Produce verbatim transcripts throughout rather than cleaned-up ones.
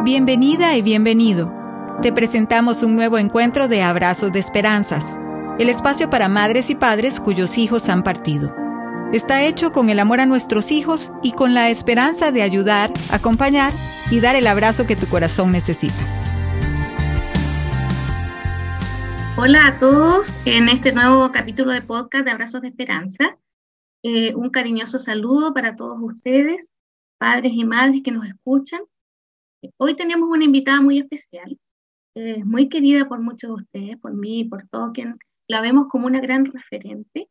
Bienvenida y bienvenido. Te presentamos un nuevo encuentro de Abrazos de Esperanzas, el espacio para madres y padres cuyos hijos han partido. Está hecho con el amor a nuestros hijos y con la esperanza de ayudar, acompañar y dar el abrazo que tu corazón necesita. Hola a todos en este nuevo capítulo de podcast de Abrazos de Esperanza. Eh, un cariñoso saludo para todos ustedes, padres y madres que nos escuchan. Hoy tenemos una invitada muy especial, eh, muy querida por muchos de ustedes, por mí y por todos quien la vemos como una gran referente.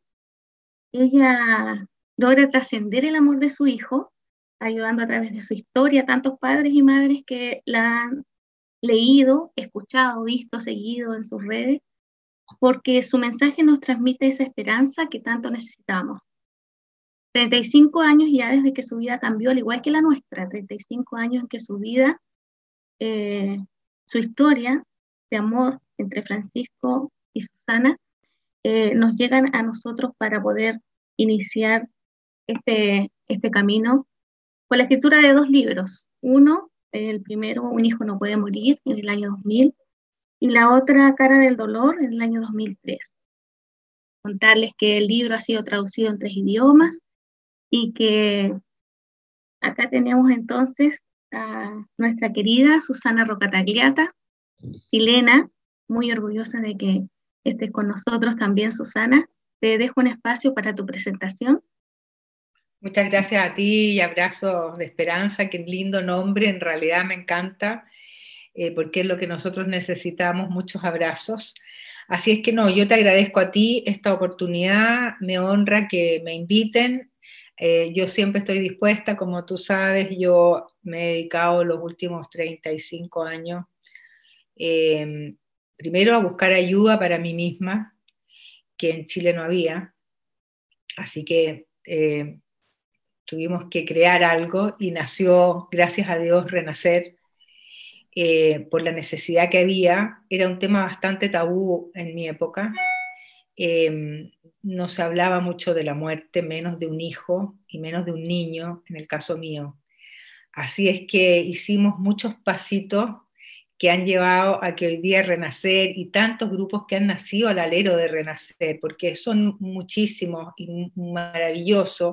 Ella logra trascender el amor de su hijo, ayudando a través de su historia a tantos padres y madres que la han leído, escuchado, visto, seguido en sus redes, porque su mensaje nos transmite esa esperanza que tanto necesitamos. treinta y cinco años ya desde que su vida cambió, al igual que la nuestra, treinta y cinco años en que su vida, eh, su historia de amor entre Francisco y Susana, eh, nos llegan a nosotros para poder iniciar este, este camino con la escritura de dos libros. Uno, el primero, Un hijo no puede morir, en el año dos mil, y la otra, Cara del dolor, en el año dos mil tres. Contarles que el libro ha sido traducido en tres idiomas y que acá tenemos entonces a nuestra querida Susana Rocatagliata, chilena, muy orgullosa de que estés con nosotros también, Susana. Te dejo un espacio para tu presentación. Muchas gracias a ti y Abrazos de Esperanza, qué lindo nombre, en realidad me encanta, eh, porque es lo que nosotros necesitamos, muchos abrazos. Así es que no, yo te agradezco a ti esta oportunidad, me honra que me inviten, eh, yo siempre estoy dispuesta, como tú sabes, yo me he dedicado los últimos treinta y cinco años, eh, primero a buscar ayuda para mí misma, que en Chile no había, así que eh, tuvimos que crear algo y nació, gracias a Dios, Renacer, eh, por la necesidad que había. Era un tema bastante tabú en mi época, eh, no se hablaba mucho de la muerte, menos de un hijo y menos de un niño, en el caso mío. Así es que hicimos muchos pasitos que han llevado a que hoy día Renacer y tantos grupos que han nacido al alero de Renacer, porque son muchísimos y maravillosos,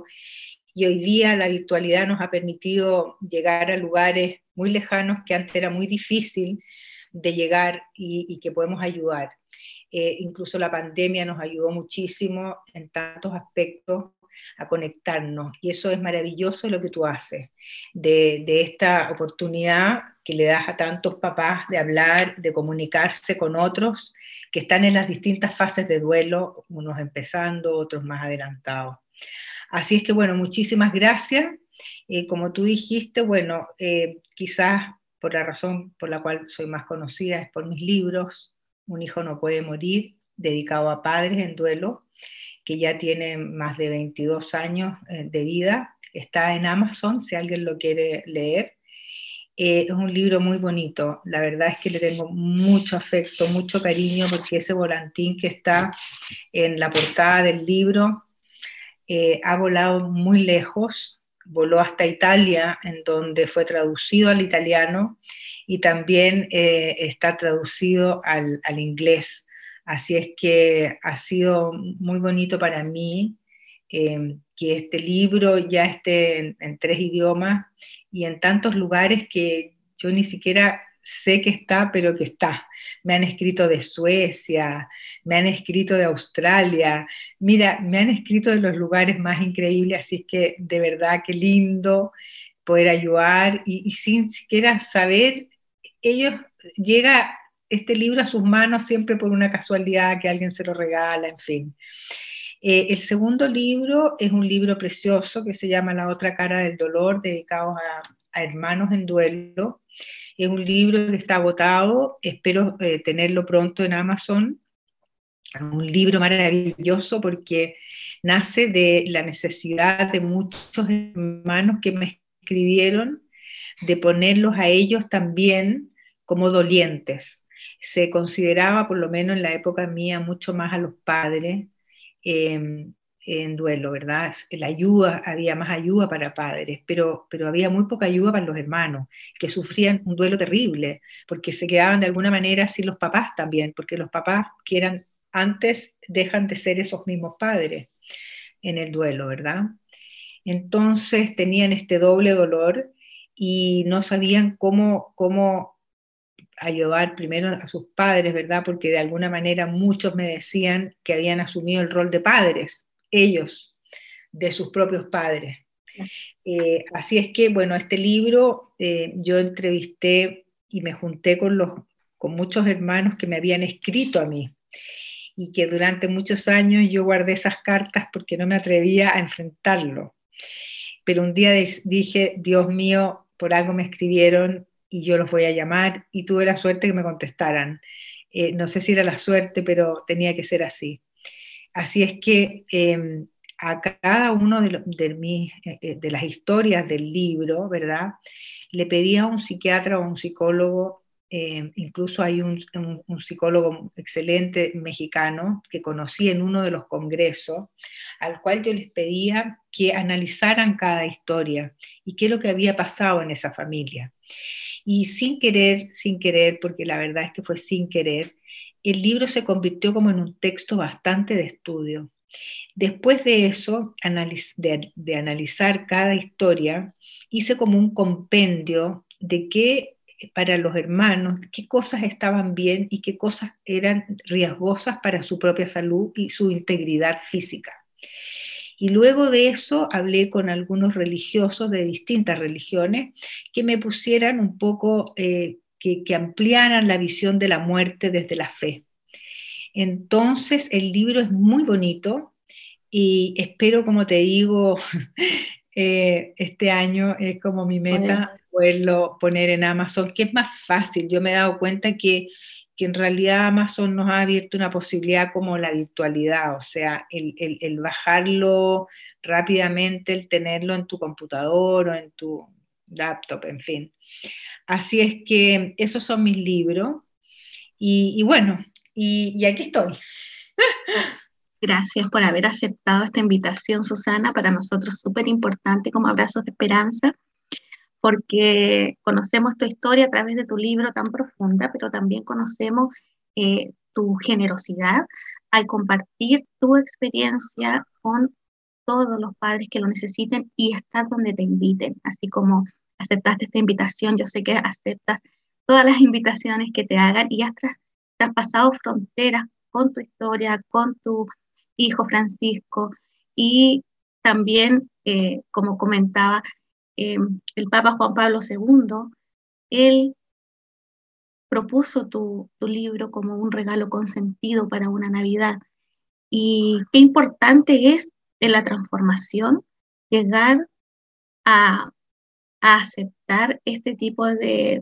y hoy día la virtualidad nos ha permitido llegar a lugares muy lejanos que antes era muy difícil de llegar y, y que podemos ayudar. Eh, incluso la pandemia nos ayudó muchísimo en tantos aspectos a conectarnos, y eso es maravilloso lo que tú haces, de, de esta oportunidad que le das a tantos papás de hablar, de comunicarse con otros que están en las distintas fases de duelo, unos empezando, otros más adelantados. Así es que bueno, muchísimas gracias. Eh, como tú dijiste, bueno, eh, quizás por la razón por la cual soy más conocida es por mis libros, Un hijo no puede morir, dedicado a padres en duelo, que ya tiene más de veintidós años eh, de vida. Está en Amazon, si alguien lo quiere leer. Eh, es un libro muy bonito, la verdad es que le tengo mucho afecto, mucho cariño, porque ese volantín que está en la portada del libro eh, ha volado muy lejos, voló hasta Italia, en donde fue traducido al italiano, y también eh, está traducido al, al inglés. Así es que ha sido muy bonito para mí eh, que este libro ya esté en, en tres idiomas y en tantos lugares que yo ni siquiera sé que está, pero que está. Me han escrito de Suecia, me han escrito de Australia, mira, me han escrito de los lugares más increíbles, así es que de verdad qué lindo poder ayudar y, y sin siquiera saber, ellos llega este libro a sus manos siempre por una casualidad que alguien se lo regala, en fin. Eh, el segundo libro es un libro precioso que se llama La otra cara del dolor, dedicado a, a hermanos en duelo. Es un libro que está agotado, espero eh, tenerlo pronto en Amazon. Un libro maravilloso porque nace de la necesidad de muchos hermanos que me escribieron de ponerlos a ellos también como dolientes. Se consideraba, por lo menos en la época mía, mucho más a los padres, eh, en duelo, ¿verdad? La ayuda, había más ayuda para padres, pero, pero había muy poca ayuda para los hermanos, que sufrían un duelo terrible, porque se quedaban de alguna manera sin los papás también, porque los papás que eran antes dejan de ser esos mismos padres en el duelo, ¿verdad? Entonces tenían este doble dolor y no sabían cómo, cómo ayudar primero a sus padres, ¿verdad? Porque de alguna manera muchos me decían que habían asumido el rol de padres, ellos, de sus propios padres. Eh, así es que, bueno, este libro eh, yo entrevisté y me junté con, los, con muchos hermanos que me habían escrito a mí y que durante muchos años yo guardé esas cartas porque no me atrevía a enfrentarlo. Pero un día dije, Dios mío, por algo me escribieron y yo los voy a llamar, y tuve la suerte que me contestaran. Eh, no sé si era la suerte, pero tenía que ser así. Así es que eh, a cada uno de, lo, de, mis, eh, de las historias del libro, ¿verdad? Le pedí a un psiquiatra o un psicólogo, eh, incluso hay un, un, un psicólogo excelente mexicano que conocí en uno de los congresos, al cual yo les pedía que analizaran cada historia y qué es lo que había pasado en esa familia. Y sin querer, sin querer, porque la verdad es que fue sin querer, el libro se convirtió como en un texto bastante de estudio. Después de eso, de, de analizar cada historia, hice como un compendio de qué, para los hermanos, qué cosas estaban bien y qué cosas eran riesgosas para su propia salud y su integridad física. Y luego de eso hablé con algunos religiosos de distintas religiones que me pusieran un poco, eh, que, que ampliaran la visión de la muerte desde la fe. Entonces el libro es muy bonito y espero, como te digo, eh, este año es como mi meta poderlo poner en Amazon, que es más fácil. Yo me he dado cuenta que que en realidad Amazon nos ha abierto una posibilidad como la virtualidad, o sea, el, el, el bajarlo rápidamente, el tenerlo en tu computador o en tu laptop, en fin. Así es que esos son mis libros y, y bueno, y, y aquí estoy. Gracias por haber aceptado esta invitación, Susana, para nosotros súper importante como Abrazos de Esperanza, porque conocemos tu historia a través de tu libro tan profunda, pero también conocemos eh, tu generosidad al compartir tu experiencia con todos los padres que lo necesiten y estás donde te inviten, así como aceptaste esta invitación, yo sé que aceptas todas las invitaciones que te hagan y has tras, traspasado fronteras con tu historia, con tu hijo Francisco y también, eh, como comentaba, eh, el Papa Juan Pablo segundo, él propuso tu, tu libro como un regalo consentido para una Navidad. Y qué importante es en la transformación llegar a, a aceptar este tipo de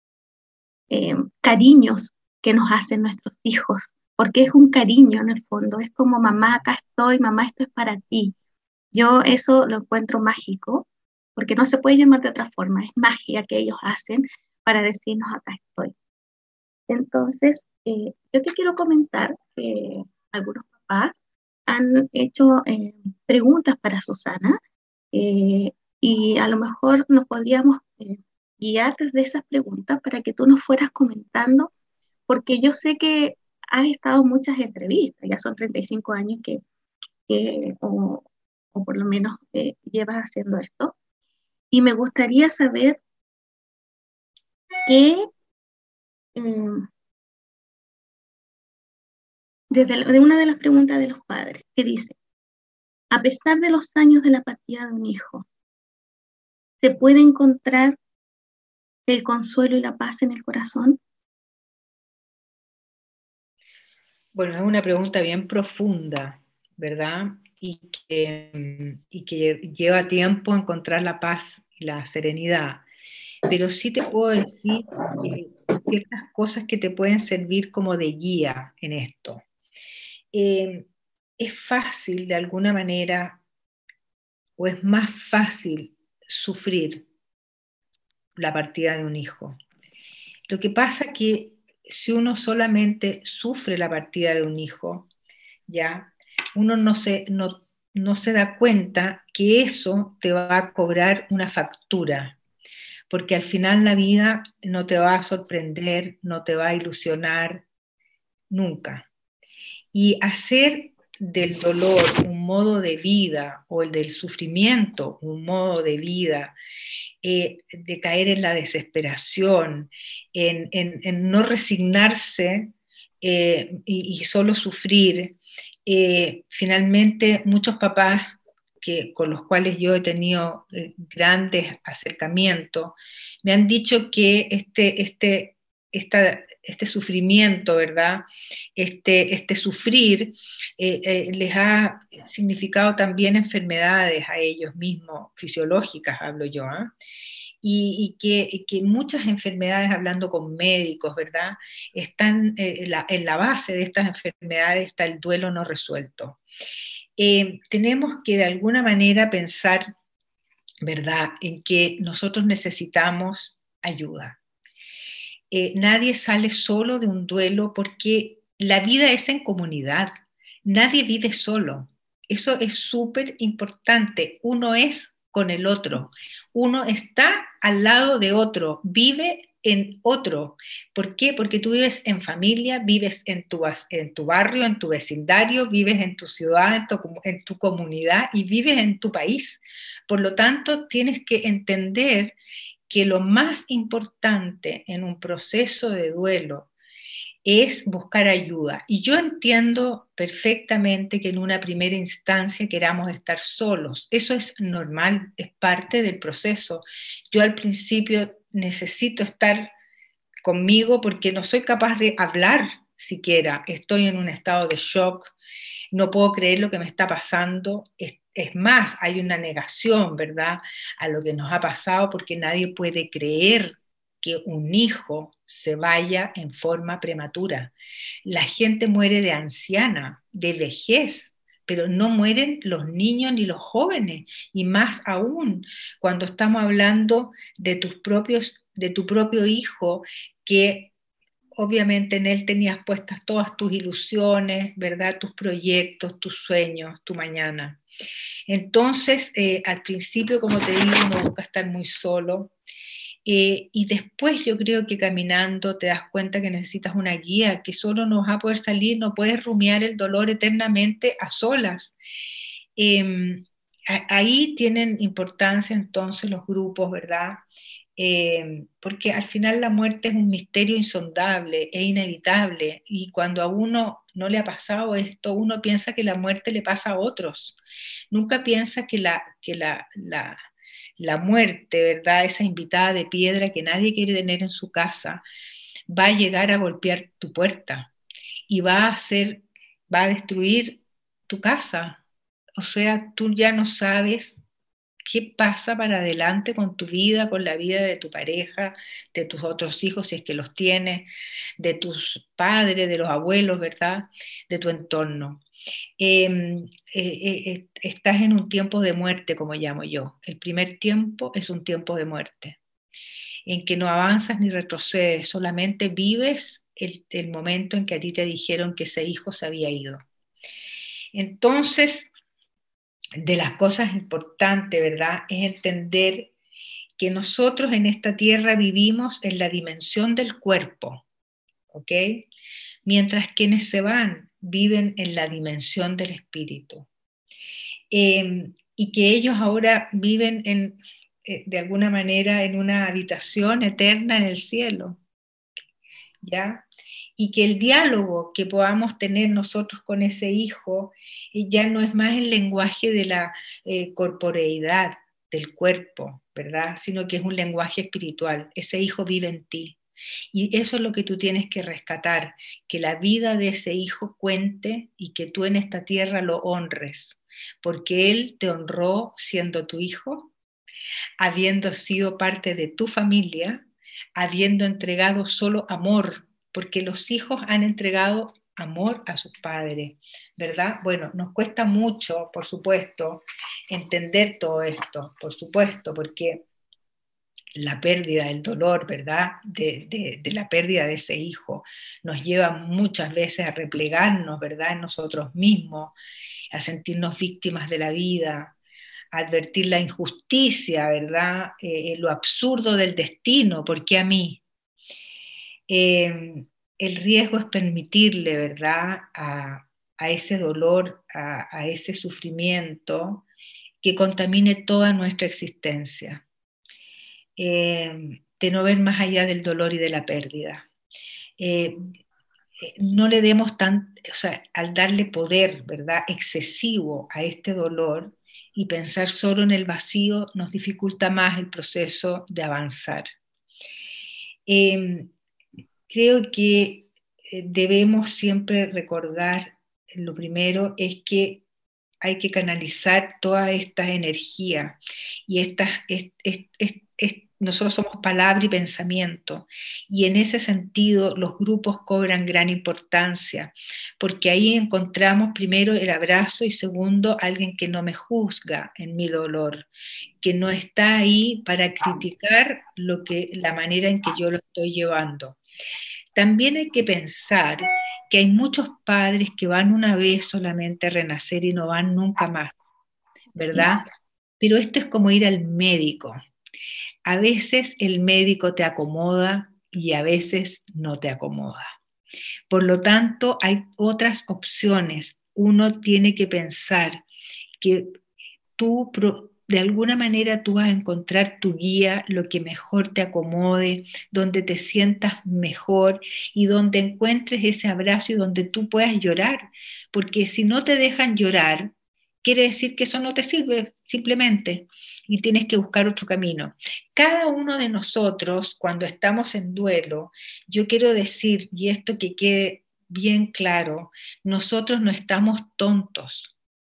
eh, cariños que nos hacen nuestros hijos, porque es un cariño en el fondo, es como mamá, acá estoy, mamá, esto es para ti. Yo eso lo encuentro mágico, porque no se puede llamar de otra forma, es magia que ellos hacen para decirnos acá estoy. Entonces, eh, yo te quiero comentar que algunos papás han hecho eh, preguntas para Susana eh, y a lo mejor nos podríamos eh, guiar desde esas preguntas para que tú nos fueras comentando, porque yo sé que has estado en muchas entrevistas, ya son treinta y cinco años que, que o, o por lo menos eh, llevas haciendo esto, y me gustaría saber qué, eh, desde de una de las preguntas de los padres, que dice, a pesar de los años de la partida de un hijo, ¿se puede encontrar el consuelo y la paz en el corazón? Bueno, es una pregunta bien profunda, ¿verdad? Y que, y que lleva tiempo encontrar la paz y la serenidad. Pero sí te puedo decir eh, ciertas cosas que te pueden servir como de guía en esto. Eh, es fácil de alguna manera, o es más fácil sufrir la partida de un hijo. Lo que pasa es que si uno solamente sufre la partida de un hijo, ya, uno no, se, no, no se da cuenta que eso te va a cobrar una factura, porque al final la vida no te va a sorprender, no te va a ilusionar nunca. Y hacer del dolor un modo de vida, o el del sufrimiento un modo de vida, eh, de caer en la desesperación, en, en, en no resignarse eh, y, y solo sufrir, eh, finalmente muchos papás que, con los cuales yo he tenido eh, grandes acercamientos, me han dicho que este, este, esta, este sufrimiento, ¿verdad? Este, este sufrir eh, eh, les ha significado también enfermedades a ellos mismos, fisiológicas hablo yo, ¿eh? Y, y, que, y que muchas enfermedades, hablando con médicos, ¿verdad? Están eh, en, la, en la base de estas enfermedades está el duelo no resuelto. Eh, tenemos que de alguna manera pensar, ¿verdad?, en que nosotros necesitamos ayuda. Eh, nadie sale solo de un duelo porque la vida es en comunidad, nadie vive solo. Eso es súper importante. Uno es con el otro, uno está al lado de otro, vive en otro. ¿Por qué? Porque tú vives en familia, vives en tu, en tu barrio, en tu vecindario, vives en tu ciudad, en tu, en tu comunidad y vives en tu país. Por lo tanto, tienes que entender que lo más importante en un proceso de duelo es buscar ayuda. Y yo entiendo perfectamente que en una primera instancia queramos estar solos. Eso es normal, es parte del proceso. Yo al principio necesito estar conmigo porque no soy capaz de hablar siquiera. Estoy en un estado de shock, no puedo creer lo que me está pasando. Es, es más, hay una negación, ¿verdad?, a lo que nos ha pasado, porque nadie puede creer que un hijo se vaya en forma prematura. La gente muere de anciana, de vejez, pero no mueren los niños ni los jóvenes, y más aún cuando estamos hablando de tus propios, de tu propio hijo, que obviamente en él tenías puestas todas tus ilusiones, ¿verdad?, tus proyectos, tus sueños, tu mañana. Entonces, eh, al principio, como te digo, uno busca estar muy solo. Eh, y después yo creo que caminando te das cuenta que necesitas una guía, que solo no vas a poder salir, no puedes rumiar el dolor eternamente a solas. Eh, ahí tienen importancia entonces los grupos, ¿verdad? Eh, porque al final la muerte es un misterio insondable, es inevitable, y cuando a uno no le ha pasado esto, uno piensa que la muerte le pasa a otros. Nunca piensa que la, que la, la la muerte, ¿verdad?, esa invitada de piedra que nadie quiere tener en su casa, va a llegar a golpear tu puerta y va a hacer, va a destruir tu casa. O sea, tú ya no sabes qué pasa para adelante con tu vida, con la vida de tu pareja, de tus otros hijos, si es que los tienes, de tus padres, de los abuelos, ¿verdad?, de tu entorno. Eh, eh, eh, estás en un tiempo de muerte, como llamo yo. El primer tiempo es un tiempo de muerte, en que no avanzas ni retrocedes, solamente vives el, el momento en que a ti te dijeron que ese hijo se había ido. Entonces, de las cosas importantes, ¿verdad?, es entender que nosotros en esta tierra vivimos en la dimensión del cuerpo, ¿ok? Mientras quienes se van viven en la dimensión del espíritu. Eh, y que ellos ahora viven en, eh, de alguna manera en una habitación eterna en el cielo, ¿ya? Y que el diálogo que podamos tener nosotros con ese hijo eh, ya no es más el lenguaje de la eh, corporeidad, del cuerpo, ¿verdad?, sino que es un lenguaje espiritual. Ese hijo vive en ti. Y eso es lo que tú tienes que rescatar, que la vida de ese hijo cuente y que tú en esta tierra lo honres, porque él te honró siendo tu hijo, habiendo sido parte de tu familia, habiendo entregado solo amor, porque los hijos han entregado amor a sus padres, ¿verdad? Bueno, nos cuesta mucho, por supuesto, entender todo esto, por supuesto, porque la pérdida, el dolor, ¿verdad?, de, de, de la pérdida de ese hijo nos lleva muchas veces a replegarnos, ¿verdad?, en nosotros mismos, a sentirnos víctimas de la vida, a advertir la injusticia, ¿verdad? Eh, lo absurdo del destino, ¿por qué a mí? Eh, el riesgo es permitirle, ¿verdad?, a, a ese dolor, a, a ese sufrimiento, que contamine toda nuestra existencia, eh, de no ver más allá del dolor y de la pérdida. Eh, no le demos tan, o sea, al darle poder, ¿verdad?, excesivo a este dolor y pensar solo en el vacío, nos dificulta más el proceso de avanzar. Eh, creo que debemos siempre recordar, lo primero es que hay que canalizar toda esta energía y estas, es, es, es, es, nosotros somos palabra y pensamiento, y en ese sentido los grupos cobran gran importancia, porque ahí encontramos primero el abrazo y segundo alguien que no me juzga en mi dolor, que no está ahí para criticar lo que, la manera en que yo lo estoy llevando. También hay que pensar que hay muchos padres que van una vez solamente a renacer y no van nunca más, ¿verdad? Pero esto es como ir al médico. A veces el médico te acomoda y a veces no te acomoda. Por lo tanto, hay otras opciones. Uno tiene que pensar que tú, de alguna manera, tú vas a encontrar tu guía, lo que mejor te acomode, donde te sientas mejor y donde encuentres ese abrazo y donde tú puedas llorar. Porque si no te dejan llorar, quiere decir que eso no te sirve simplemente y tienes que buscar otro camino. Cada uno de nosotros, cuando estamos en duelo, yo quiero decir, y esto que quede bien claro, nosotros no estamos tontos.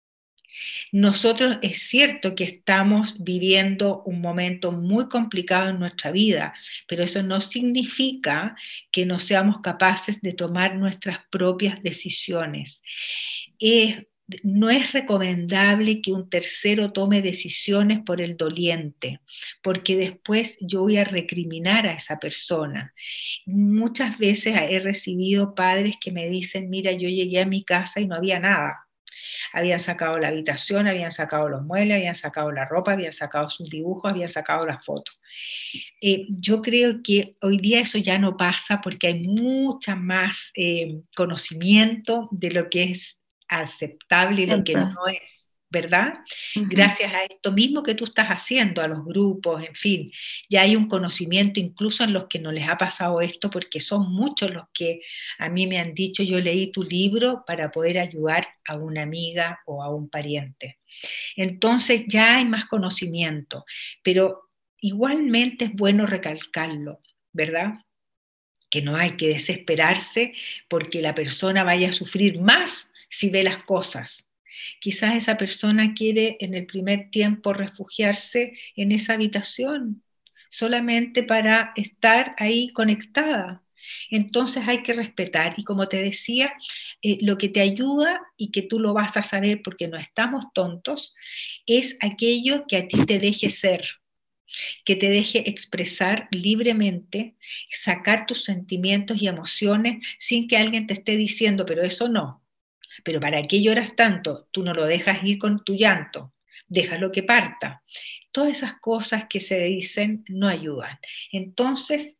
Nosotros es cierto que estamos viviendo un momento muy complicado en nuestra vida, pero eso no significa que no seamos capaces de tomar nuestras propias decisiones. Eh, no es recomendable que un tercero tome decisiones por el doliente, porque después yo voy a recriminar a esa persona. Muchas veces he recibido padres que me dicen, mira, yo llegué a mi casa y no había nada. Habían sacado la habitación, habían sacado los muebles, habían sacado la ropa, habían sacado sus dibujos, habían sacado las fotos. Eh, yo creo que hoy día eso ya no pasa porque hay mucha más eh, conocimiento de lo que es aceptable y lo que no es, ¿verdad? Uh-huh. Gracias a esto mismo que tú estás haciendo, a los grupos, en fin, ya hay un conocimiento incluso en los que no les ha pasado esto, porque son muchos los que a mí me han dicho, yo leí tu libro para poder ayudar a una amiga o a un pariente. Entonces ya hay más conocimiento, pero igualmente es bueno recalcarlo, ¿verdad? Que no hay que desesperarse porque la persona vaya a sufrir más si ve las cosas. Quizás esa persona quiere en el primer tiempo refugiarse en esa habitación, solamente para estar ahí conectada. Entonces hay que respetar y como te decía, eh, lo que te ayuda y que tú lo vas a saber porque no estamos tontos, es aquello que a ti te deje ser, que te deje expresar libremente, sacar tus sentimientos y emociones sin que alguien te esté diciendo, pero eso no. Pero ¿para qué lloras tanto? Tú no lo dejas ir con tu llanto, déjalo que parta. Todas esas cosas que se dicen no ayudan. Entonces,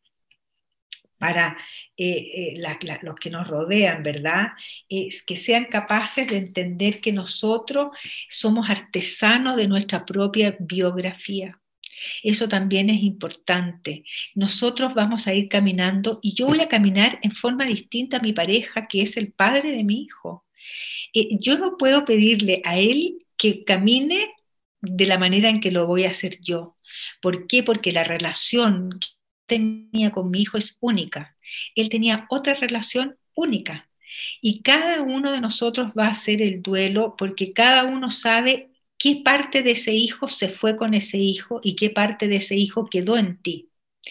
para eh, eh, la, la, los que nos rodean, ¿verdad? Es que sean capaces de entender que nosotros somos artesanos de nuestra propia biografía. Eso también es importante. Nosotros vamos a ir caminando y yo voy a caminar en forma distinta a mi pareja, que es el padre de mi hijo. Eh, yo no puedo pedirle a él que camine de la manera en que lo voy a hacer yo. ¿Por qué? Porque la relación que tenía con mi hijo es única. Él tenía otra relación única. Y cada uno de nosotros va a hacer el duelo porque cada uno sabe qué parte de ese hijo se fue con ese hijo y qué parte de ese hijo quedó en ti.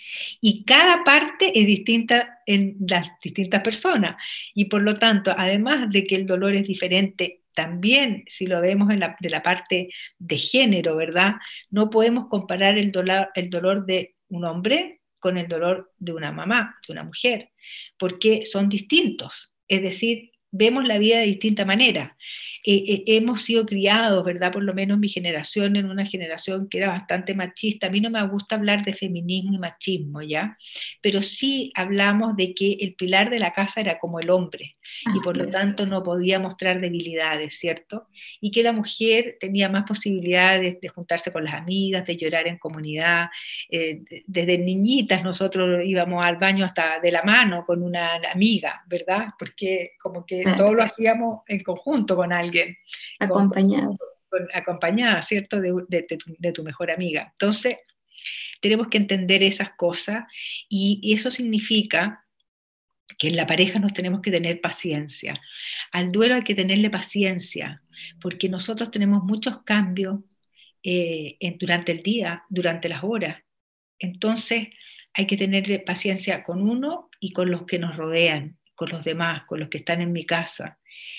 Y cada parte es distinta en las distintas personas. Y por lo tanto, además de que el dolor es diferente, también si lo vemos en la, de la parte de género, ¿verdad? No podemos comparar el dolor, el dolor de un hombre con el dolor de una mamá, de una mujer, porque son distintos. Es decir, vemos la vida de distinta manera. Eh, eh, hemos sido criados, ¿verdad? Por lo menos mi generación, en una generación que era bastante machista. A mí no me gusta hablar de feminismo y machismo, ¿ya? Pero sí hablamos de que el pilar de la casa era como el hombre, y por lo tanto no podía mostrar debilidades, ¿cierto? Y que la mujer tenía más posibilidades de juntarse con las amigas, de llorar en comunidad. Eh, desde niñitas nosotros íbamos al baño hasta de la mano con una amiga, ¿verdad? Porque como que Claro. todo lo hacíamos en conjunto con alguien. Acompañado. Con, con, acompañada, ¿cierto? De, de, de, tu, de tu mejor amiga. Entonces, tenemos que entender esas cosas, y, y eso significa que en la pareja nos tenemos que tener paciencia. Al duelo hay que tenerle paciencia, porque nosotros tenemos muchos cambios eh, en, durante el día, durante las horas. Entonces hay que tener paciencia con uno y con los que nos rodean, con los demás, con los que están en mi casa.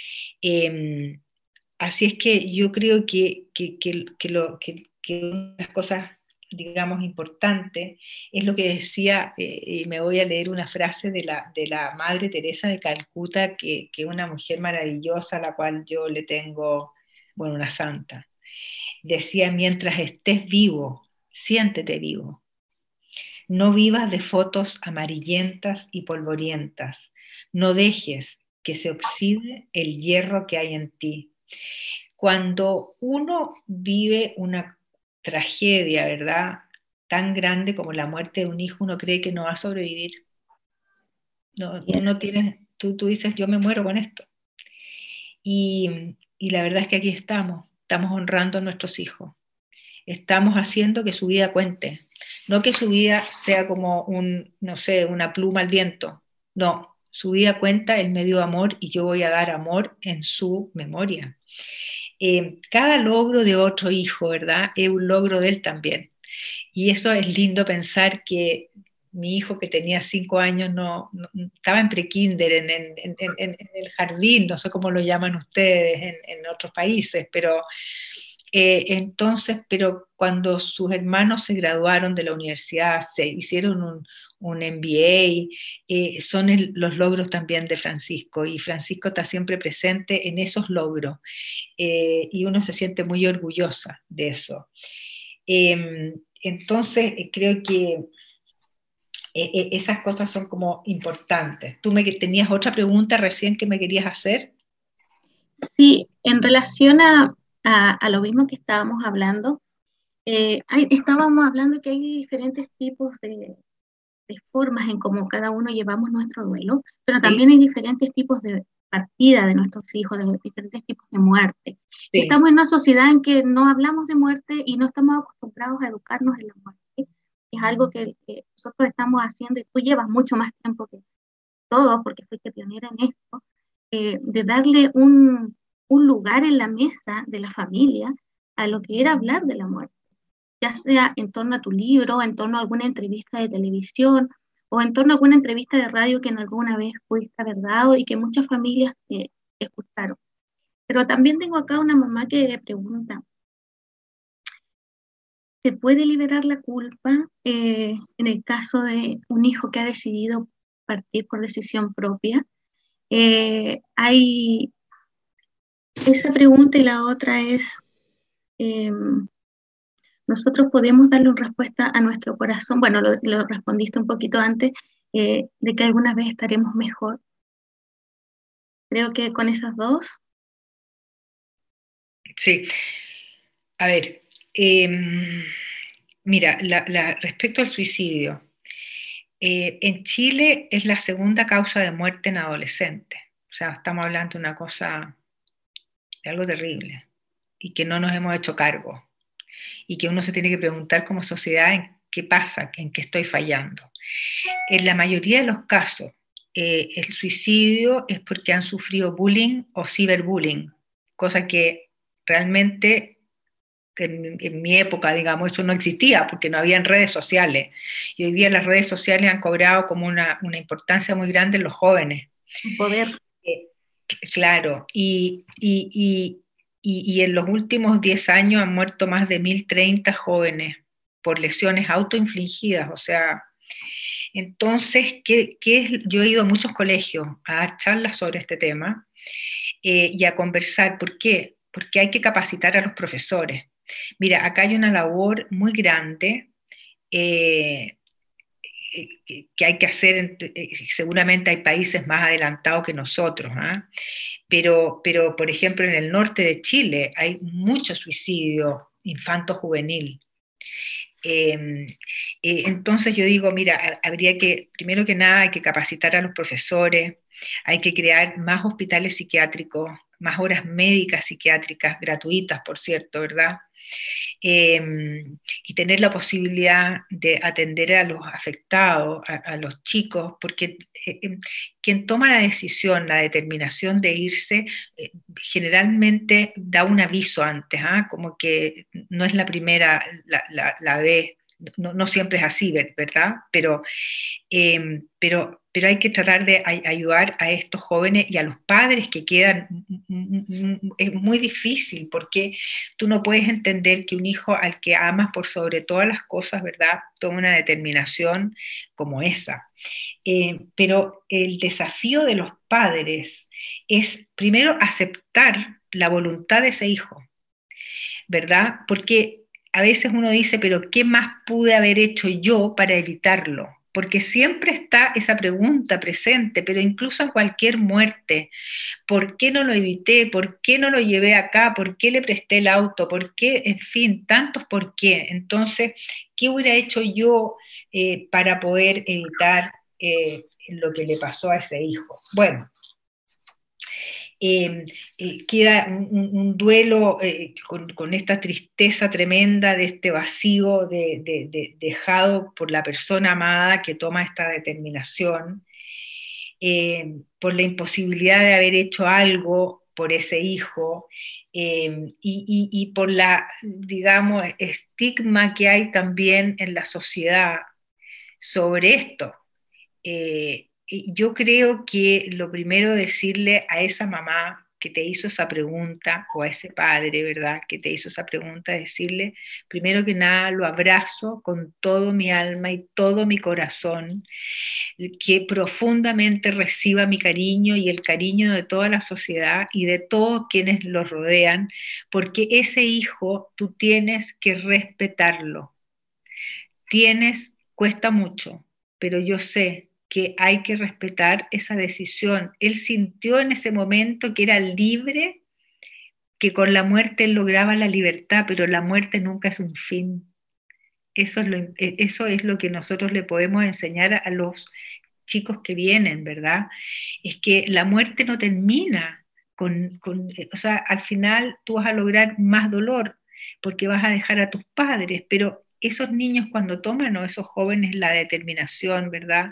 Eh, así es que yo creo que, que, que, que, lo, que, que una de las cosas, digamos, importantes es lo que decía, eh, y me voy a leer una frase de la, de la Madre Teresa de Calcuta, que es una mujer maravillosa a la cual yo le tengo, bueno, una santa. Decía: mientras estés vivo, siéntete vivo. No vivas de fotos amarillentas y polvorientas. No dejes que se oxide el hierro que hay en ti. Cuando uno vive una tragedia, ¿verdad?, tan grande como la muerte de un hijo, uno cree que no va a sobrevivir. No, tú no tienes, tú, tú dices, yo me muero con esto. Y, y la verdad es que aquí estamos, estamos honrando a nuestros hijos. Estamos haciendo que su vida cuente, no que su vida sea como un, no sé, una pluma al viento. No, su vida cuenta, él me dio amor y yo voy a dar amor en su memoria. Eh, cada logro de otro hijo, ¿verdad?, es un logro de él también. Y eso es lindo pensar que mi hijo, que tenía cinco años, no, no estaba en prekinder, en, en, en, en, en el jardín, no sé cómo lo llaman ustedes en, en otros países, pero eh, entonces, pero cuando sus hermanos se graduaron de la universidad, se hicieron un, un M B A, eh, son el, los logros también de Francisco, y Francisco está siempre presente en esos logros, eh, y uno se siente muy orgullosa de eso. Eh, entonces, creo que eh, esas cosas son como importantes. Tú me tenías otra pregunta recién que me querías hacer. Sí, en relación a, a, a lo mismo que estábamos hablando, eh, hay, estábamos hablando que hay diferentes tipos de, de formas en cómo cada uno llevamos nuestro duelo, pero también Sí. hay diferentes tipos de partida de nuestros hijos, de diferentes tipos de muerte. Sí. Estamos en una sociedad en que no hablamos de muerte y no estamos acostumbrados a educarnos en la muerte. Es algo que, que nosotros estamos haciendo, y tú llevas mucho más tiempo que todos, porque fuiste pionera en esto, eh, de darle un, un lugar en la mesa de la familia a lo que era hablar de la muerte, ya sea en torno a tu libro, en torno a alguna entrevista de televisión, o en torno a alguna entrevista de radio que en alguna vez fuiste haber dado y que muchas familias eh, escucharon. Pero también tengo acá una mamá que pregunta, ¿se puede liberar la culpa eh, en el caso de un hijo que ha decidido partir por decisión propia? Eh, hay esa pregunta, y la otra es, eh, nosotros podemos darle una respuesta a nuestro corazón. Bueno, lo, lo respondiste un poquito antes, eh, de que alguna vez estaremos mejor. Creo que con esas dos. Sí. A ver, eh, mira, la, la, respecto al suicidio, eh, en Chile es la segunda causa de muerte en adolescentes. O sea, estamos hablando de una cosa, de algo terrible, y que no nos hemos hecho cargo, y que uno se tiene que preguntar como sociedad en qué pasa, en qué estoy fallando. En la mayoría de los casos, eh, el suicidio es porque han sufrido bullying o ciberbullying, cosa que realmente en, en mi época, digamos, eso no existía porque no habían redes sociales. Y hoy día las redes sociales han cobrado como una, una importancia muy grande en los jóvenes. Poder. Eh, claro, y, y, y, y, y en los últimos diez años han muerto más de mil treinta jóvenes por lesiones autoinfligidas, o sea, entonces, ¿qué, qué es? Yo he ido a muchos colegios a dar charlas sobre este tema, eh, y a conversar. ¿Por qué? Porque hay que capacitar a los profesores. Mira, acá hay una labor muy grande eh, que hay que hacer, seguramente hay países más adelantados que nosotros, ¿eh? pero, pero, por ejemplo, en el norte de Chile hay mucho suicidio infanto-juvenil. Eh, eh, entonces yo digo, mira, habría que, primero que nada, hay que capacitar a los profesores, hay que crear más hospitales psiquiátricos, más horas médicas psiquiátricas, gratuitas, por cierto, ¿verdad? Eh, y tener la posibilidad de atender a los afectados, a, a los chicos, porque eh, eh, quien toma la decisión, la determinación de irse, eh, generalmente da un aviso antes, ¿eh? Como que no es la primera, la, la, la vez, no, no siempre es así, ¿verdad? Pero eh, pero, pero hay que tratar de ay- ayudar a estos jóvenes y a los padres que quedan. Es muy difícil porque tú no puedes entender que un hijo al que amas por sobre todas las cosas, ¿verdad?, tome una determinación como esa. Eh, pero el desafío de los padres es primero aceptar la voluntad de ese hijo, ¿verdad? Porque a veces uno dice, pero ¿qué más pude haber hecho yo para evitarlo? Porque siempre está esa pregunta presente, pero incluso en cualquier muerte, ¿por qué no lo evité? ¿Por qué no lo llevé acá? ¿Por qué le presté el auto? ¿Por qué? En fin, tantos por qué. Entonces, ¿qué hubiera hecho yo eh, para poder evitar eh, lo que le pasó a ese hijo? Bueno, eh, eh, queda un, un, un duelo eh, con, con, esta tristeza tremenda de este vacío de, de, de, dejado por la persona amada que toma esta determinación, eh, por la imposibilidad de haber hecho algo por ese hijo eh, y, y, y por la, digamos, estigma que hay también en la sociedad sobre esto. Eh, yo creo que lo primero decirle a esa mamá que te hizo esa pregunta, o a ese padre, ¿verdad?, que te hizo esa pregunta, decirle, primero que nada, lo abrazo con todo mi alma y todo mi corazón, que profundamente reciba mi cariño y el cariño de toda la sociedad y de todos quienes lo rodean, porque ese hijo tú tienes que respetarlo. Tienes, cuesta mucho, pero yo sé que hay que respetar esa decisión. Él sintió en ese momento que era libre, que con la muerte él lograba la libertad, pero la muerte nunca es un fin. Eso es lo, eso es lo que nosotros le podemos enseñar a los chicos que vienen, ¿verdad? Es que la muerte no termina con, con, o sea, al final tú vas a lograr más dolor porque vas a dejar a tus padres, pero esos niños cuando toman, o esos jóvenes, la determinación, ¿verdad?,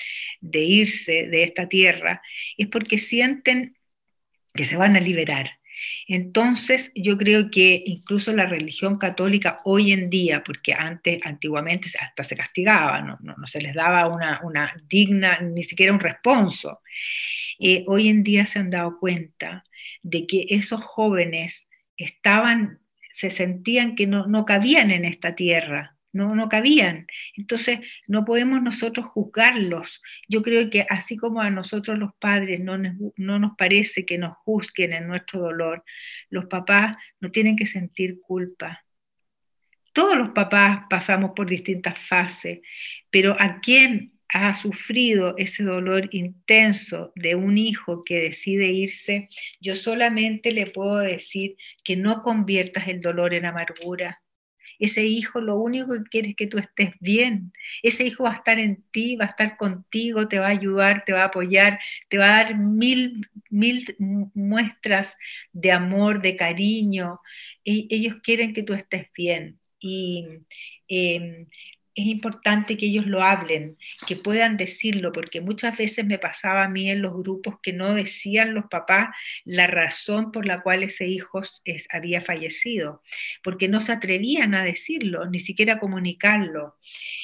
de irse de esta tierra, es porque sienten que se van a liberar. Entonces, yo creo que incluso la religión católica hoy en día, porque antes, antiguamente hasta se castigaba, no, no, no se les daba una, una digna, ni siquiera un responso, eh, hoy en día se han dado cuenta de que esos jóvenes estaban, se sentían que no, no cabían en esta tierra, no, no cabían. Entonces, no podemos nosotros juzgarlos. Yo creo que así como a nosotros los padres no nos, no nos parece que nos juzguen en nuestro dolor, los papás no tienen que sentir culpa. Todos los papás pasamos por distintas fases, pero a quien ha sufrido ese dolor intenso de un hijo que decide irse, yo solamente le puedo decir que no conviertas el dolor en amargura. Ese hijo lo único que quiere es que tú estés bien. Ese hijo va a estar en ti, va a estar contigo, te va a ayudar, te va a apoyar, te va a dar mil, mil muestras de amor, de cariño. E- ellos quieren que tú estés bien. Y eh, es importante que ellos lo hablen, que puedan decirlo, porque muchas veces me pasaba a mí en los grupos que no decían los papás la razón por la cual ese hijo es, había fallecido, porque no se atrevían a decirlo, ni siquiera a comunicarlo.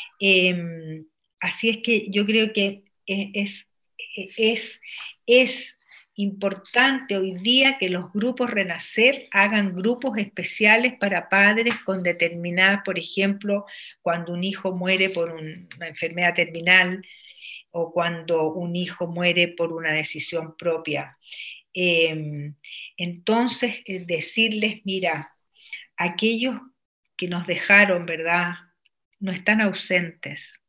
Eh, así es que yo creo que es, es, es importante hoy día que los grupos Renacer hagan grupos especiales para padres con determinadas, por ejemplo, cuando un hijo muere por un, una enfermedad terminal o cuando un hijo muere por una decisión propia. Eh, entonces, eh, decirles, mira, aquellos que nos dejaron, ¿verdad?, no están ausentes.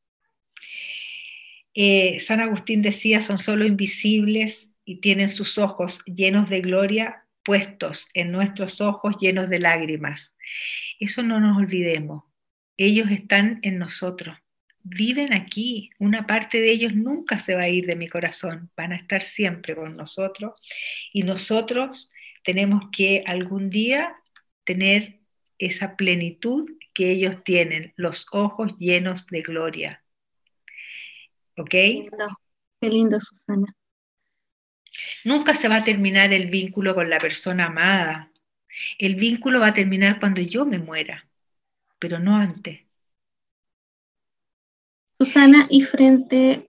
Eh, San Agustín decía, son solo invisibles y tienen sus ojos llenos de gloria puestos en nuestros ojos llenos de lágrimas. Eso no nos olvidemos. Ellos están en nosotros, viven aquí. Una parte de ellos nunca se va a ir de mi corazón, van a estar siempre con nosotros y nosotros tenemos que algún día tener esa plenitud que ellos tienen, los ojos llenos de gloria. ¿Ok? Qué lindo, qué lindo, Susana. Nunca se va a terminar el vínculo con la persona amada. El vínculo va a terminar cuando yo me muera, pero no antes. Susana, y frente...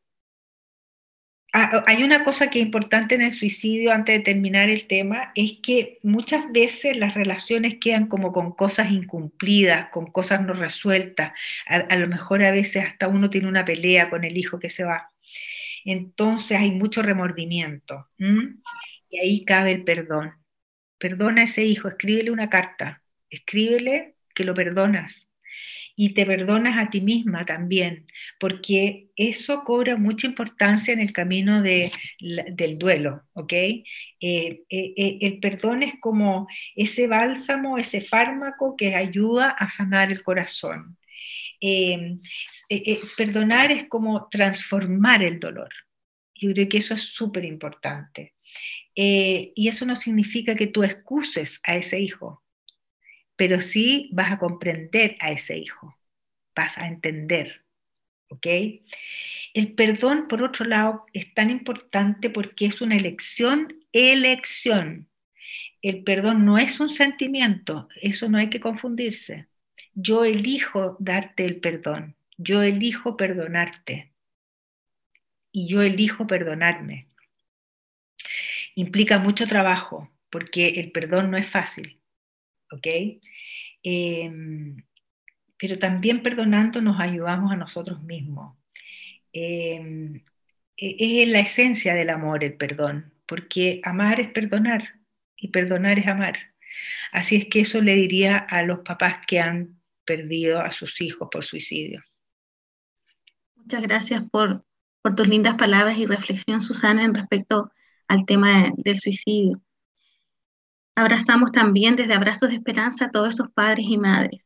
Ah, hay una cosa que es importante en el suicidio, antes de terminar el tema, es que muchas veces las relaciones quedan como con cosas incumplidas, con cosas no resueltas. A, a lo mejor a veces hasta uno tiene una pelea con el hijo que se va. Entonces hay mucho remordimiento. ¿m? Y ahí cabe el perdón. Perdona a ese hijo, escríbele una carta, escríbele que lo perdonas. Y te perdonas a ti misma también, porque eso cobra mucha importancia en el camino de, del duelo, ¿ok? Eh, eh, eh, el perdón es como ese bálsamo, ese fármaco que ayuda a sanar el corazón. Eh, eh, eh, perdonar es como transformar el dolor. Yo creo que eso es súper importante. Eh, y eso no significa que tú excuses a ese hijo, pero sí vas a comprender a ese hijo. Vas a entender, ¿ok? El perdón, por otro lado, es tan importante porque es una elección, elección. El perdón no es un sentimiento, eso no hay que confundirse. Yo elijo darte el perdón, yo elijo perdonarte y yo elijo perdonarme. Implica mucho trabajo porque el perdón no es fácil, ¿ok? Eh, pero también perdonando nos ayudamos a nosotros mismos. Eh, es la esencia del amor el perdón, porque amar es perdonar y perdonar es amar. Así es que eso le diría a los papás que han perdido a sus hijos por suicidio. Muchas gracias por, por tus lindas palabras y reflexión, Susana, en respecto al tema de, del suicidio. Abrazamos también desde Abrazos de Esperanza a todos esos padres y madres.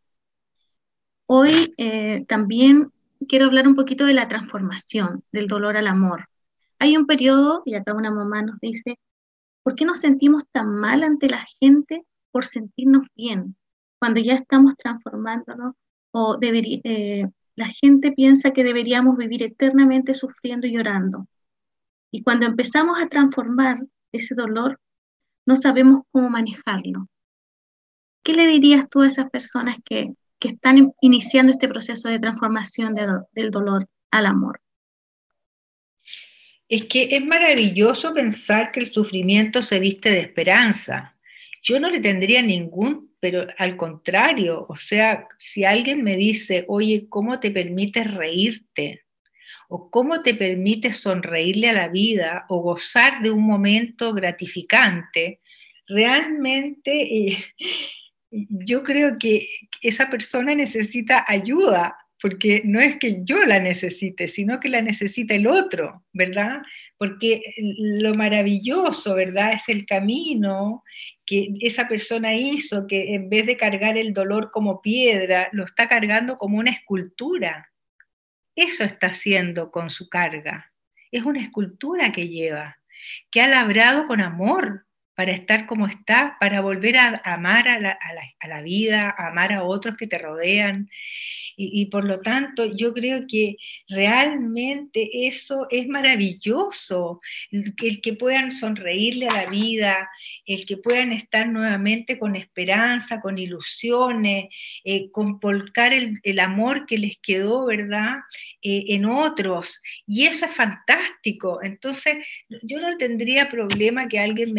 Hoy eh, también quiero hablar un poquito de la transformación, del dolor al amor. Hay un periodo, y acá una mamá nos dice, ¿por qué nos sentimos tan mal ante la gente por sentirnos bien? Cuando ya estamos transformándonos, o debería, eh, la gente piensa que deberíamos vivir eternamente sufriendo y llorando. Y cuando empezamos a transformar ese dolor, no sabemos cómo manejarlo. ¿Qué le dirías tú a esas personas que, que están iniciando este proceso de transformación de, del dolor al amor? Es que es maravilloso pensar que el sufrimiento se viste de esperanza. Yo no le tendría ningún, pero al contrario, o sea, si alguien me dice, oye, ¿cómo te permites reírte? O cómo te permites sonreírle a la vida o gozar de un momento gratificante, realmente eh, yo creo que esa persona necesita ayuda, porque no es que yo la necesite, sino que la necesita el otro, ¿verdad? Porque lo maravilloso, ¿verdad? Es el camino que esa persona hizo, que en vez de cargar el dolor como piedra, lo está cargando como una escultura. Eso está haciendo con su carga. Es una escultura que lleva, que ha labrado con amor para estar como está, para volver a amar a la, a la, a la vida, a amar a otros que te rodean. Y, y por lo tanto, yo creo que realmente eso es maravilloso, el que, el que puedan sonreírle a la vida, el que puedan estar nuevamente con esperanza, con ilusiones, eh, con volcar el, el amor que les quedó, ¿verdad?, eh, en otros. Y eso es fantástico. Entonces, yo no tendría problema que alguien me diga,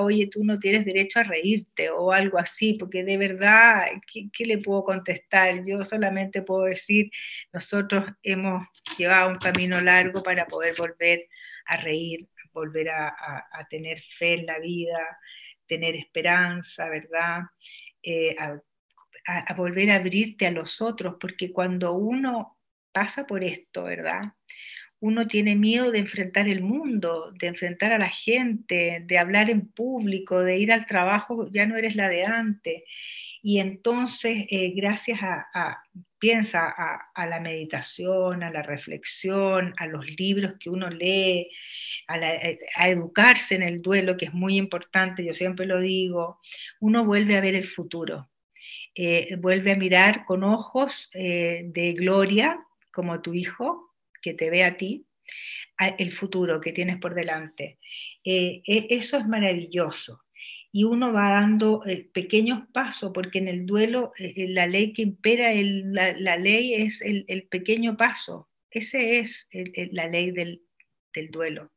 diga, oye, tú no tienes derecho a reírte o algo así, porque de verdad, ¿qué, qué le puedo contestar? Yo solamente puedo decir, nosotros hemos llevado un camino largo para poder volver a reír, volver a, a, a tener fe en la vida, tener esperanza, ¿verdad? Eh, a, a, a volver a abrirte a los otros, porque cuando uno pasa por esto, ¿verdad? Uno tiene miedo de enfrentar el mundo, de enfrentar a la gente, de hablar en público, de ir al trabajo, ya no eres la de antes. Y entonces, eh, gracias a, a piensa, a, a la meditación, a la reflexión, a los libros que uno lee, a, la, a educarse en el duelo, que es muy importante, yo siempre lo digo, uno vuelve a ver el futuro. Eh, vuelve a mirar con ojos eh, de gloria, como tu hijo, que te ve a ti, el futuro que tienes por delante. Eh, eso es maravilloso. Y uno va dando eh, pequeños pasos, porque en el duelo eh, la ley que impera, el, la, la ley es el, el pequeño paso. Ese es el, el, la ley del, del duelo.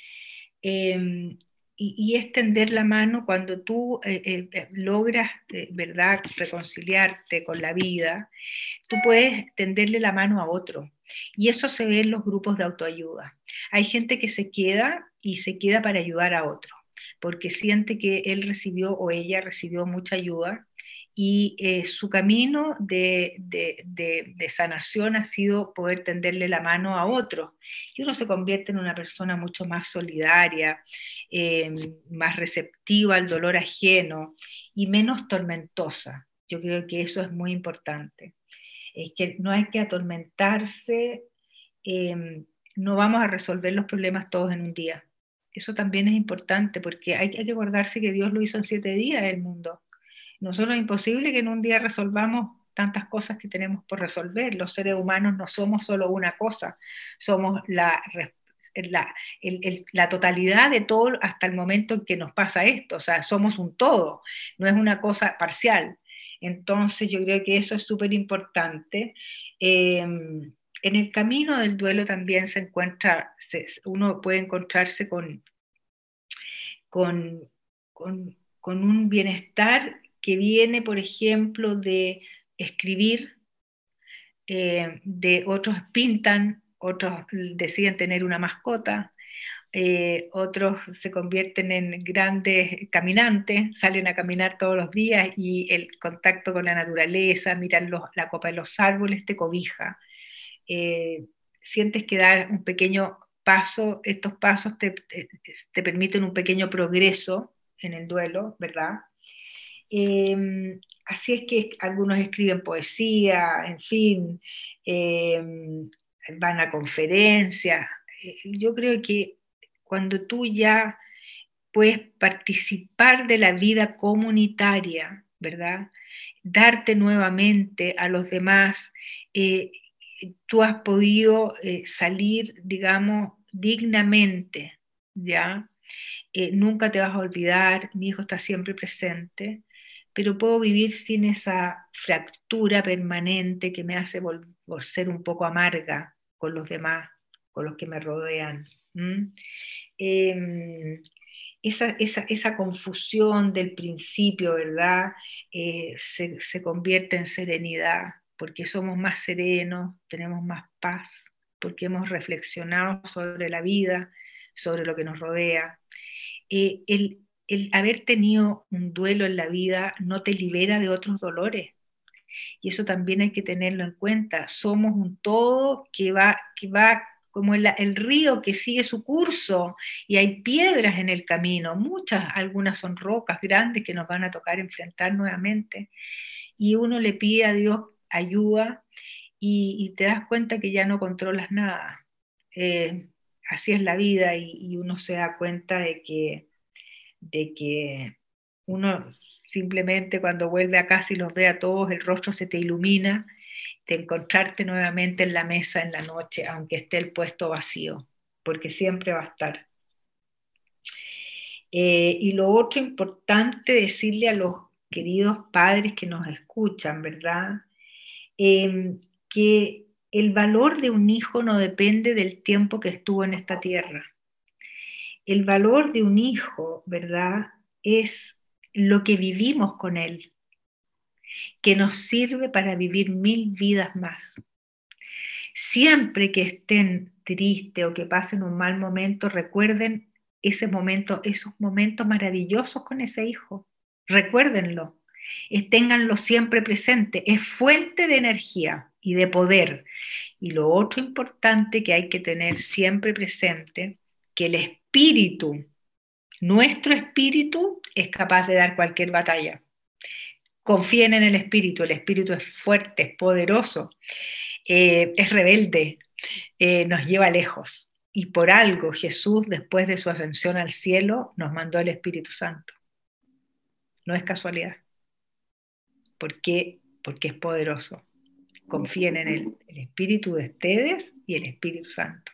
Eh, y, y es tender la mano cuando tú eh, eh, logras, eh, ¿verdad?, reconciliarte con la vida, tú puedes tenderle la mano a otro. Y eso se ve en los grupos de autoayuda. Hay gente que se queda y se queda para ayudar a otro, porque siente que él recibió o ella recibió mucha ayuda y eh, su camino de, de, de, de sanación ha sido poder tenderle la mano a otro. Y uno se convierte en una persona mucho más solidaria, eh, más receptiva al dolor ajeno y menos tormentosa. Yo creo que eso es muy importante. Es que no hay que atormentarse, eh, no vamos a resolver los problemas todos en un día. Eso también es importante porque hay, hay que acordarse que Dios lo hizo en siete días el mundo. Nosotros es imposible que en un día resolvamos tantas cosas que tenemos por resolver. Los seres humanos no somos solo una cosa, somos la, la, el, el, la totalidad de todo hasta el momento en que nos pasa esto. O sea, somos un todo, no es una cosa parcial. Entonces yo creo que eso es súper importante. Eh, en el camino del duelo también se encuentra, se, uno puede encontrarse con, con, con, con un bienestar que viene, por ejemplo, de escribir, eh, de otros pintan, otros deciden tener una mascota, eh, otros se convierten en grandes caminantes, salen a caminar todos los días y el contacto con la naturaleza, mirar los, la copa de los árboles, te cobija. Eh, sientes que dar un pequeño paso, estos pasos te, te, te permiten un pequeño progreso en el duelo, ¿verdad? Eh, así es que algunos escriben poesía, en fin, eh, van a conferencias. Yo creo que cuando tú ya puedes participar de la vida comunitaria, ¿verdad? Darte nuevamente a los demás, eh, tú has podido eh, salir, digamos, dignamente, ¿ya? Eh, nunca te vas a olvidar, mi hijo está siempre presente, pero puedo vivir sin esa fractura permanente que me hace vol- vol- ser un poco amarga con los demás, con los que me rodean. ¿Mm? Eh, esa, esa, esa confusión del principio, ¿verdad? Eh, se, se convierte en serenidad, porque somos más serenos, tenemos más paz, porque hemos reflexionado sobre la vida, sobre lo que nos rodea. Eh, el, el haber tenido un duelo en la vida no te libera de otros dolores. Y eso también hay que tenerlo en cuenta. Somos un todo que va, que va como el, el río que sigue su curso y hay piedras en el camino, muchas, algunas son rocas grandes que nos van a tocar enfrentar nuevamente. Y uno le pide a Dios ayuda y, y te das cuenta que ya no controlas nada. Eh, así es la vida y, y uno se da cuenta de que, de que uno simplemente cuando vuelve a casa y los ve a todos, el rostro se te ilumina de encontrarte nuevamente en la mesa en la noche, aunque esté el puesto vacío, porque siempre va a estar. Eh, y lo otro importante decirle a los queridos padres que nos escuchan, ¿verdad? Eh, que el valor de un hijo no depende del tiempo que estuvo en esta tierra. El valor de un hijo, ¿verdad? es lo que vivimos con Él, que nos sirve para vivir mil vidas más. Siempre que estén tristes o que pasen un mal momento, recuerden ese momento, esos momentos maravillosos con ese hijo. Recuérdenlo, ténganlo siempre presente. Es fuente de energía y de poder. Y lo otro importante que hay que tener siempre presente, que el espíritu, nuestro espíritu, es capaz de dar cualquier batalla. Confíen en el espíritu, el espíritu es fuerte, es poderoso, eh, es rebelde, eh, nos lleva lejos. Y por algo Jesús, después de su ascensión al cielo, nos mandó el Espíritu Santo. No es casualidad. ¿Por qué? Porque es poderoso. Confíen en él, el Espíritu de ustedes y el Espíritu Santo.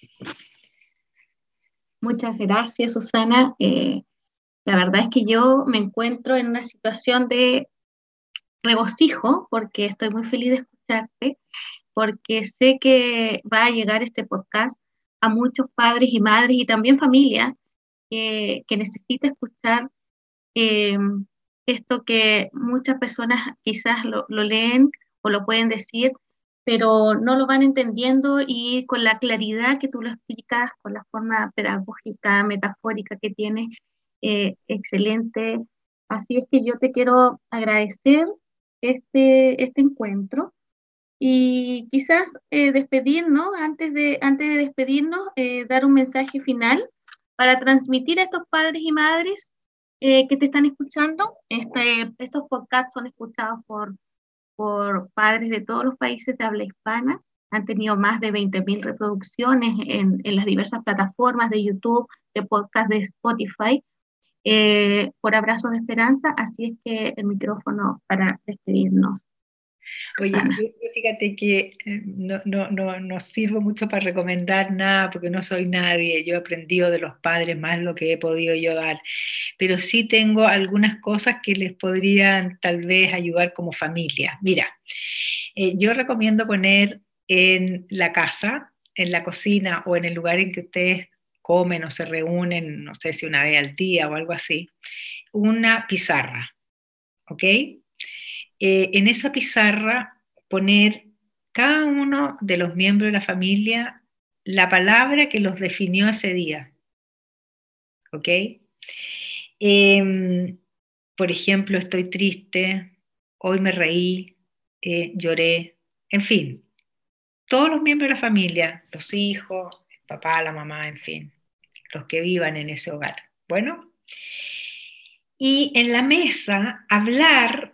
Muchas gracias, Susana. Eh, la verdad es que yo me encuentro en una situación de regocijo porque estoy muy feliz de escucharte, porque sé que va a llegar este podcast a muchos padres y madres y también familias que, que necesita escuchar eh, esto que muchas personas quizás lo, lo leen o lo pueden decir, pero no lo van entendiendo, y con la claridad que tú lo explicas, con la forma pedagógica, metafórica que tienes, eh, excelente. Así es que yo te quiero agradecer este, este encuentro y quizás eh, despedirnos, antes de, antes de despedirnos, eh, dar un mensaje final para transmitir a estos padres y madres eh, que te están escuchando. Este, estos podcasts son escuchados por, por padres de todos los países de habla hispana. Han tenido más de veinte mil reproducciones en, en las diversas plataformas de YouTube, de podcast de Spotify, eh, por Abrazos de Esperanza. Así es que el micrófono para despedirnos. Oye, yo, yo fíjate que no, no, no, no sirvo mucho para recomendar nada porque no soy nadie. Yo he aprendido de los padres más lo que he podido yo dar, pero sí tengo algunas cosas que les podrían tal vez ayudar como familia. Mira, eh, yo recomiendo poner en la casa, en la cocina o en el lugar en que ustedes comen o se reúnen, no sé si una vez al día o algo así, una pizarra, ¿ok? Eh, en esa pizarra poner cada uno de los miembros de la familia la palabra que los definió ese día. ¿Ok? Eh, por ejemplo, estoy triste, hoy me reí, eh, lloré, en fin, todos los miembros de la familia, los hijos, el papá, la mamá, en fin, los que vivan en ese hogar. Bueno, y en la mesa hablar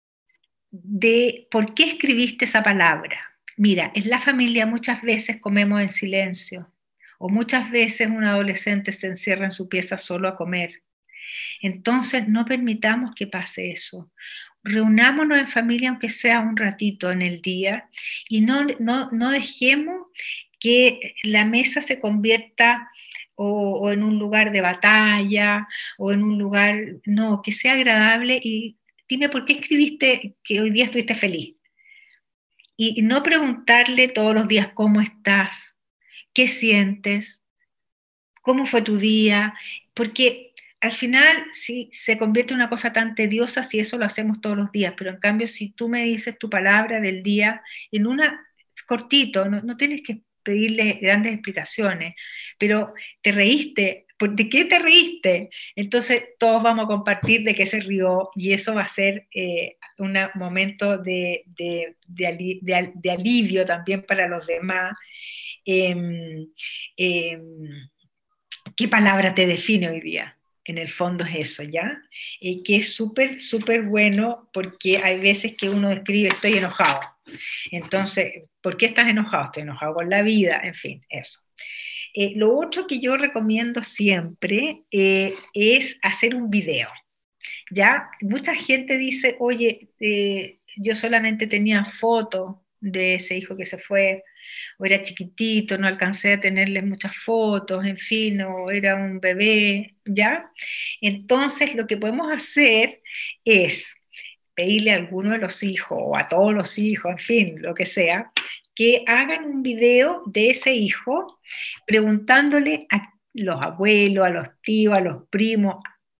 de por qué escribiste esa palabra. Mira, en la familia muchas veces comemos en silencio, o muchas veces un adolescente se encierra en su pieza solo a comer. Entonces no permitamos que pase eso. Reunámonos en familia, aunque sea un ratito en el día, y no, no, no dejemos que la mesa se convierta o, o en un lugar de batalla, o en un lugar, no, que sea agradable. Y dime por qué escribiste que hoy día estuviste feliz. Y, y no preguntarle todos los días cómo estás, qué sientes, cómo fue tu día, porque al final sí, se convierte en una cosa tan tediosa si eso lo hacemos todos los días, pero en cambio si tú me dices tu palabra del día en una cortito, no, no tienes que pedirle grandes explicaciones, pero te reíste, ¿de qué te reíste? Entonces todos vamos a compartir de qué se rió, y eso va a ser eh, un momento de, de, de, de, de alivio también para los demás. Eh, eh, ¿Qué palabra te define hoy día? En el fondo es eso, ¿ya? Eh, que es súper, súper bueno, porque hay veces que uno escribe estoy enojado. Entonces, ¿por qué estás enojado? Estoy enojado con la vida, en fin, eso. Eh, lo otro que yo recomiendo siempre eh, es hacer un video, ¿ya? Mucha gente dice, oye, eh, yo solamente tenía fotos de ese hijo que se fue, o era chiquitito, no alcancé a tenerle muchas fotos, en fin, o era un bebé, ¿ya? Entonces lo que podemos hacer es pedirle a alguno de los hijos, o a todos los hijos, en fin, lo que sea, que hagan un video de ese hijo preguntándole a los abuelos, a los tíos, a los primos,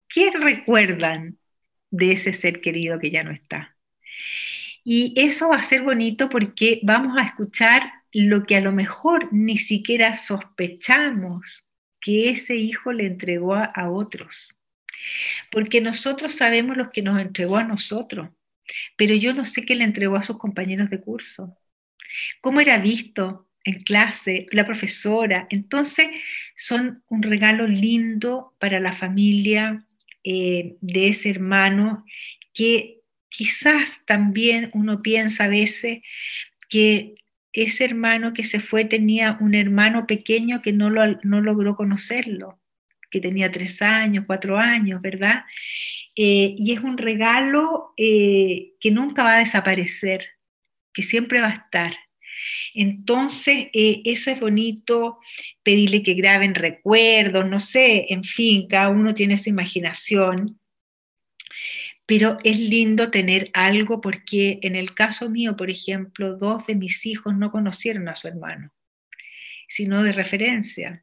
¿qué recuerdan de ese ser querido que ya no está? Y eso va a ser bonito porque vamos a escuchar lo que a lo mejor ni siquiera sospechamos que ese hijo le entregó a, a otros. Porque nosotros sabemos lo que nos entregó a nosotros, pero yo no sé qué le entregó a sus compañeros de curso. ¿Cómo era visto en clase, la profesora? Entonces, son un regalo lindo para la familia eh, de ese hermano que quizás también uno piensa a veces que ese hermano que se fue tenía un hermano pequeño que no, lo, no logró conocerlo, que tenía tres años, cuatro años, ¿verdad? Eh, y es un regalo eh, que nunca va a desaparecer, que siempre va a estar. Entonces, eh, eso es bonito, pedirle que graben recuerdos, no sé, en fin, cada uno tiene su imaginación. Pero es lindo tener algo porque en el caso mío, por ejemplo, dos de mis hijos no conocieron a su hermano, sino de referencia.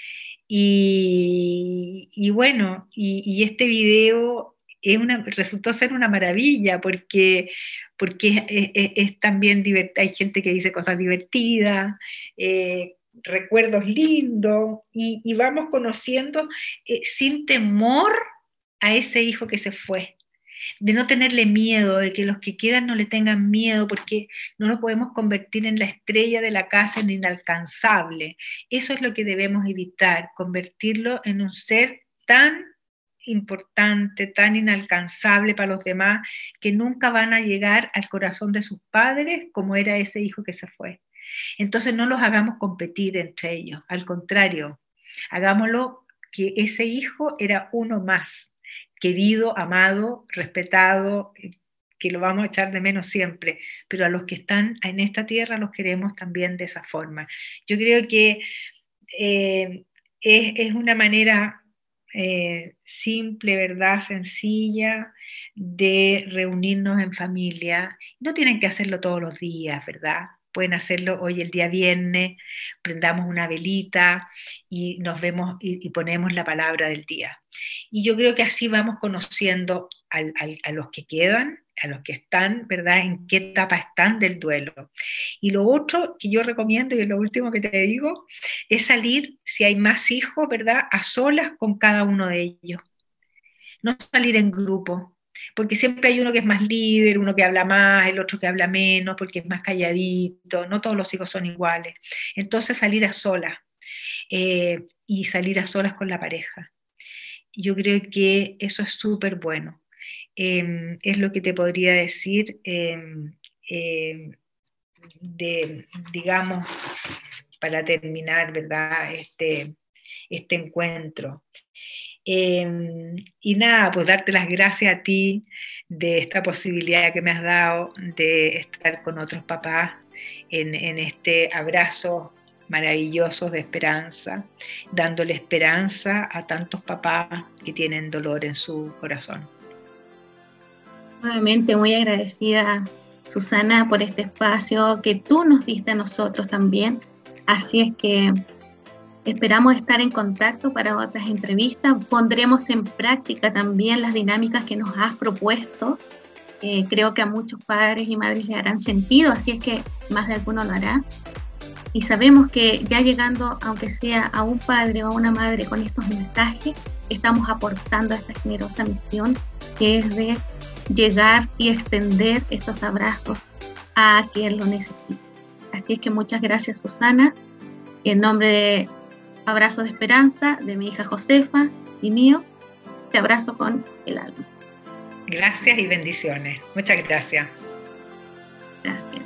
Y, y bueno, y, y este video es una, resultó ser una maravilla porque, porque es, es, es también divertido. Hay gente que dice cosas divertidas, eh, recuerdos lindos, y, y vamos conociendo eh, sin temor a ese hijo que se fue, de no tenerle miedo, de que los que quedan no le tengan miedo, porque no lo podemos convertir en la estrella de la casa, en inalcanzable. Eso es lo que debemos evitar, convertirlo en un ser tan importante, tan inalcanzable para los demás, que nunca van a llegar al corazón de sus padres como era ese hijo que se fue. Entonces no los hagamos competir entre ellos, al contrario, hagámoslo que ese hijo era uno más, querido, amado, respetado, que lo vamos a echar de menos siempre, pero a los que están en esta tierra los queremos también de esa forma. Yo creo que eh, es, es una manera eh, simple, ¿verdad? Sencilla de reunirnos en familia. No tienen que hacerlo todos los días, ¿verdad? Pueden hacerlo hoy el día viernes, prendamos una velita y nos vemos y, y ponemos la palabra del día. Y yo creo que así vamos conociendo al, al, a los que quedan, a los que están, ¿verdad? En qué etapa están del duelo. Y lo otro que yo recomiendo, y es lo último que te digo, es salir, si hay más hijos, ¿verdad? A solas con cada uno de ellos. No salir en grupo, porque siempre hay uno que es más líder, uno que habla más, el otro que habla menos, porque es más calladito, no todos los hijos son iguales. Entonces salir a solas eh, y salir a solas con la pareja. Yo creo que eso es súper bueno. Eh, es lo que te podría decir eh, eh, de, digamos, para terminar, ¿verdad? Este, este encuentro. Eh, y nada, pues darte las gracias a ti de esta posibilidad que me has dado de estar con otros papás en, en este abrazo maravilloso de esperanza, dándole esperanza a tantos papás que tienen dolor en su corazón. Nuevamente muy agradecida, Susana, por este espacio que tú nos diste a nosotros también. Así es que esperamos estar en contacto para otras entrevistas. Pondremos en práctica también las dinámicas que nos has propuesto. Eh, creo que a muchos padres y madres le harán sentido, así es que más de alguno lo hará. Y sabemos que ya llegando, aunque sea a un padre o a una madre con estos mensajes, estamos aportando a esta generosa misión que es de llegar y extender estos abrazos a quien lo necesite. Así es que muchas gracias, Susana. En nombre de Abrazos de Esperanza, de mi hija Josefa y mío, te abrazo con el alma. Gracias y bendiciones. Muchas gracias. Gracias.